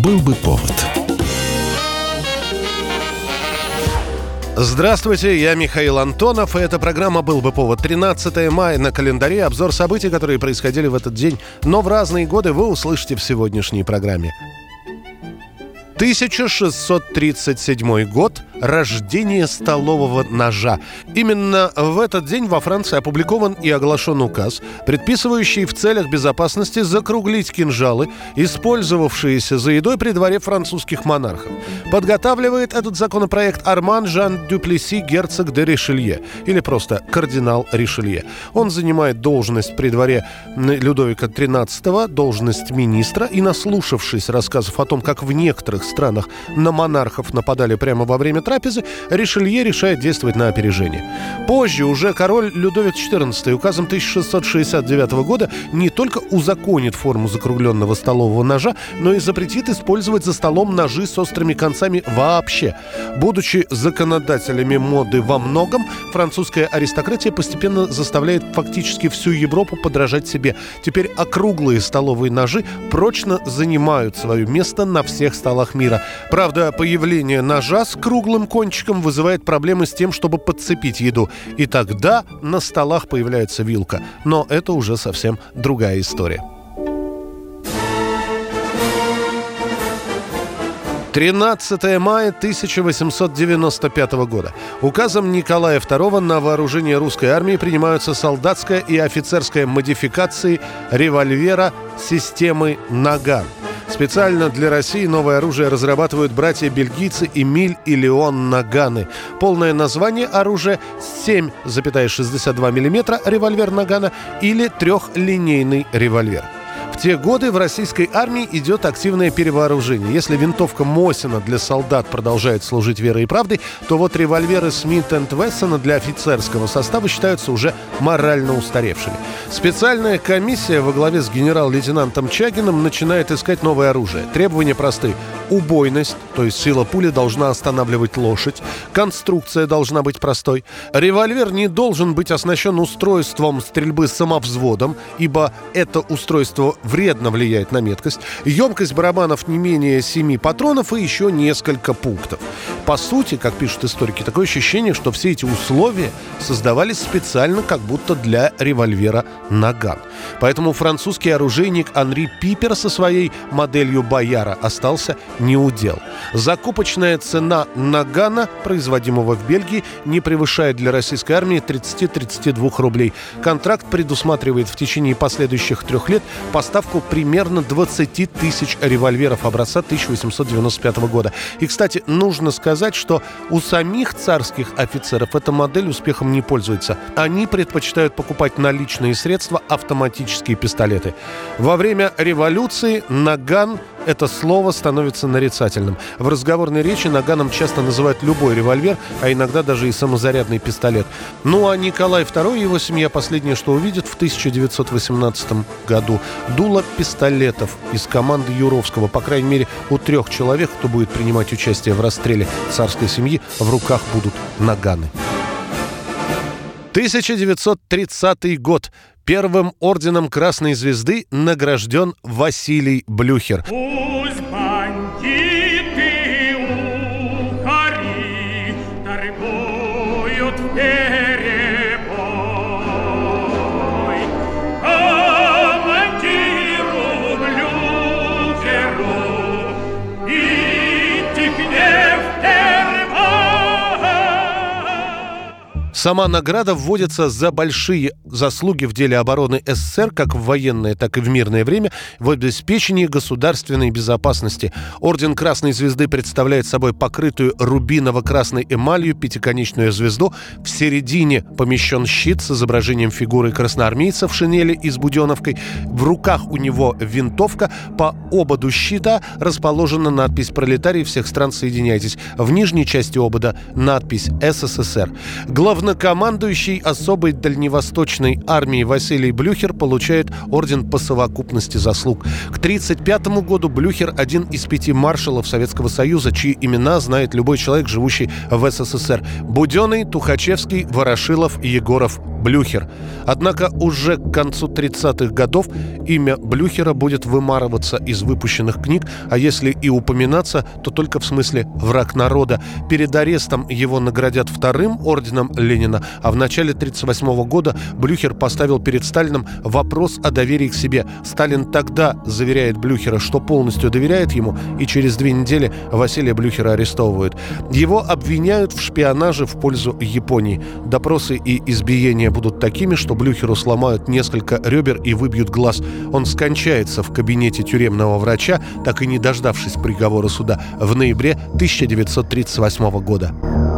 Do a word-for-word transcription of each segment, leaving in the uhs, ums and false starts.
Был бы повод. Здравствуйте, я Михаил Антонов, и эта программа «Был бы повод». тринадцатое мая на календаре, обзор событий, которые происходили в этот день, но в разные годы, вы услышите в сегодняшней программе. тысяча шестьсот тридцать седьмой год. Рождение столового ножа. Именно в этот день во Франции опубликован и оглашен указ, предписывающий в целях безопасности закруглить кинжалы, использовавшиеся за едой при дворе французских монархов. Подготавливает этот законопроект Арман Жан Дюплесси, герцог де Ришелье, или просто кардинал Ришелье. Он занимает должность при дворе Людовика тринадцатого, должность министра, и, наслушавшись рассказов о том, как в некоторых странах на монархов нападали прямо во время трапезы, Ришелье решает действовать на опережение. Позже уже король Людовик четырнадцатый указом тысяча шестьсот шестьдесят девятого года не только узаконит форму закругленного столового ножа, но и запретит использовать за столом ножи с острыми концами вообще. Будучи законодателями моды во многом, французская аристократия постепенно заставляет фактически всю Европу подражать себе. Теперь округлые столовые ножи прочно занимают свое место на всех столах мира. Правда, появление ножа с круглым кончиком вызывает проблемы с тем, чтобы подцепить еду. И тогда на столах появляется вилка. Но это уже совсем другая история. тринадцатое мая тысяча восемьсот девяносто пятого года. Указом Николая второго на вооружение русской армии принимаются солдатская и офицерская модификации револьвера системы «Наган». Специально для России новое оружие разрабатывают братья-бельгийцы Эмиль и Леон Наганы. Полное название оружия — семь целых шестьдесят два миллиметра револьвер Нагана или трехлинейный револьвер. В те годы в российской армии идет активное перевооружение. Если винтовка Мосина для солдат продолжает служить верой и правдой, то вот револьверы Смит энд Вессона для офицерского состава считаются уже морально устаревшими. Специальная комиссия во главе с генерал-лейтенантом Чагиным начинает искать новое оружие. Требования просты. Убойность, то есть сила пули, должна останавливать лошадь. Конструкция должна быть простой. Револьвер не должен быть оснащен устройством стрельбы самовзводом, ибо это устройство вредно влияет на меткость. Емкость барабанов не менее семи патронов и еще несколько пунктов. По сути, как пишут историки, такое ощущение, что все эти условия создавались специально как будто для револьвера «Наган». Поэтому французский оружейник Анри Пипер со своей моделью «Бояра» остался неудел. Закупочная цена «Нагана», производимого в Бельгии, не превышает для российской армии тридцать-тридцать два рублей. Контракт предусматривает в течение последующих трех лет поставку примерно двадцать тысяч револьверов образца тысяча восемьсот девяносто пятого года. И, кстати, нужно сказать, что у самих царских офицеров эта модель успехом не пользуется. Они предпочитают покупать наличные средства, автоматические пистолеты. Во время революции «Наган» — это слово становится нарицательным. В разговорной речи наганом часто называют любой револьвер, а иногда даже и самозарядный пистолет. Ну а Николай второй и его семья последнее, что увидят в тысяча девятьсот восемнадцатом году — дуло пистолетов из команды Юровского. По крайней мере, у трех человек, кто будет принимать участие в расстреле царской семьи, в руках будут наганы. тысяча девятьсот тридцатый год. Первым орденом Красной Звезды награжден Василий Блюхер. Пусть бандиты ухари торгуют перебой, командиру Блюхеру идти гнев перебой. Сама награда вводится за большие заслуги в деле обороны СССР, как в военное, так и в мирное время, в обеспечении государственной безопасности. Орден Красной Звезды представляет собой покрытую рубиново-красной эмалью пятиконечную звезду. В середине помещен щит с изображением фигуры красноармейца в шинели и с буденовкой. В руках у него винтовка. По ободу щита расположена надпись «Пролетарии всех стран, соединяйтесь». В нижней части обода надпись «СССР». Главное Главнокомандующий особой дальневосточной армии Василий Блюхер получает орден по совокупности заслуг. К тридцать пятому году Блюхер – один из пяти маршалов Советского Союза, чьи имена знает любой человек, живущий в СССР. Буденный, Тухачевский, Ворошилов, Егоров, Блюхер. Однако уже к концу тридцатых годов имя Блюхера будет вымарываться из выпущенных книг, а если и упоминаться, то только в смысле «враг народа». Перед арестом его наградят вторым орденом Ленина, а в начале тридцать восьмого года Блюхер поставил перед Сталиным вопрос о доверии к себе. Сталин тогда заверяет Блюхера, что полностью доверяет ему, и через две недели Василия Блюхера арестовывают. Его обвиняют в шпионаже в пользу Японии. Допросы и избиения будут такими, что Блюхеру сломают несколько ребер и выбьют глаз. Он скончается в кабинете тюремного врача, так и не дождавшись приговора суда, в ноябре тысяча девятьсот тридцать восьмого года.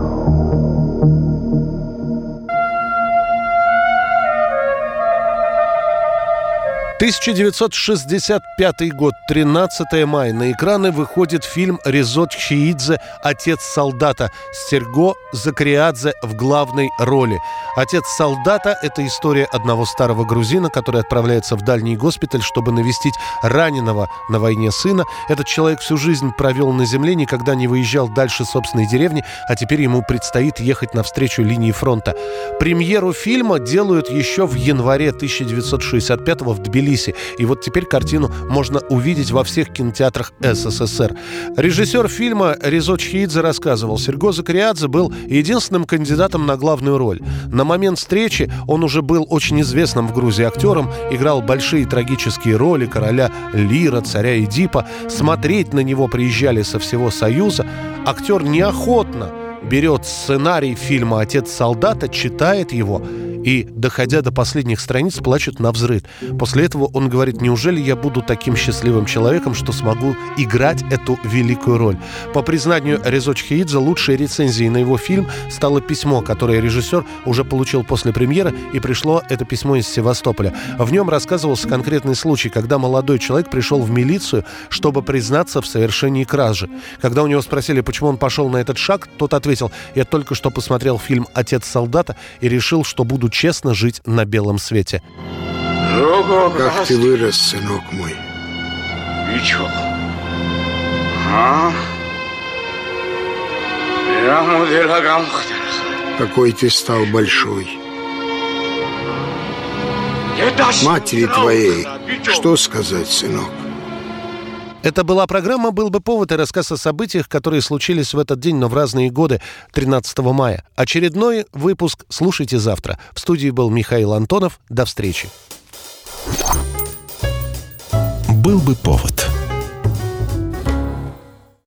тысяча девятьсот шестьдесят пятый год, тринадцатое мая. На экраны выходит фильм Резо Чхеидзе «Отец солдата» с Серго Закриадзе в главной роли. «Отец солдата» — это история одного старого грузина, который отправляется в дальний госпиталь, чтобы навестить раненого на войне сына. Этот человек всю жизнь провел на земле, никогда не выезжал дальше собственной деревни, а теперь ему предстоит ехать навстречу линии фронта. Премьеру фильма делают еще в январе тысяча девятьсот шестьдесят пятого в Тбилиси. И вот теперь картину можно увидеть во всех кинотеатрах СССР. Режиссер фильма Резо Чхеидзе рассказывал, Серго Закриадзе был единственным кандидатом на главную роль. На момент встречи он уже был очень известным в Грузии актером, играл большие трагические роли короля Лира, царя Эдипа. Смотреть на него приезжали со всего Союза. Актер неохотно берет сценарий фильма «Отец солдата», читает его и, доходя до последних страниц, плачет навзрыд. После этого он говорит: неужели я буду таким счастливым человеком, что смогу играть эту великую роль? По признанию Резо Чхеидзе, лучшей рецензией на его фильм стало письмо, которое режиссер уже получил после премьеры, и пришло это письмо из Севастополя. В нем рассказывался конкретный случай, когда молодой человек пришел в милицию, чтобы признаться в совершении кражи. Когда у него спросили, почему он пошел на этот шаг, тот ответил: я только что посмотрел фильм «Отец солдата» и решил, что буду честно жить на белом свете. Как ты вырос, сынок мой. И чё? А? Какой ты стал большой. Матери твоей что сказать, сынок? Это была программа «Был бы повод» и рассказ о событиях, которые случились в этот день, но в разные годы, тринадцатого мая. Очередной выпуск слушайте завтра. В студии был Михаил Антонов. До встречи. «Был бы повод».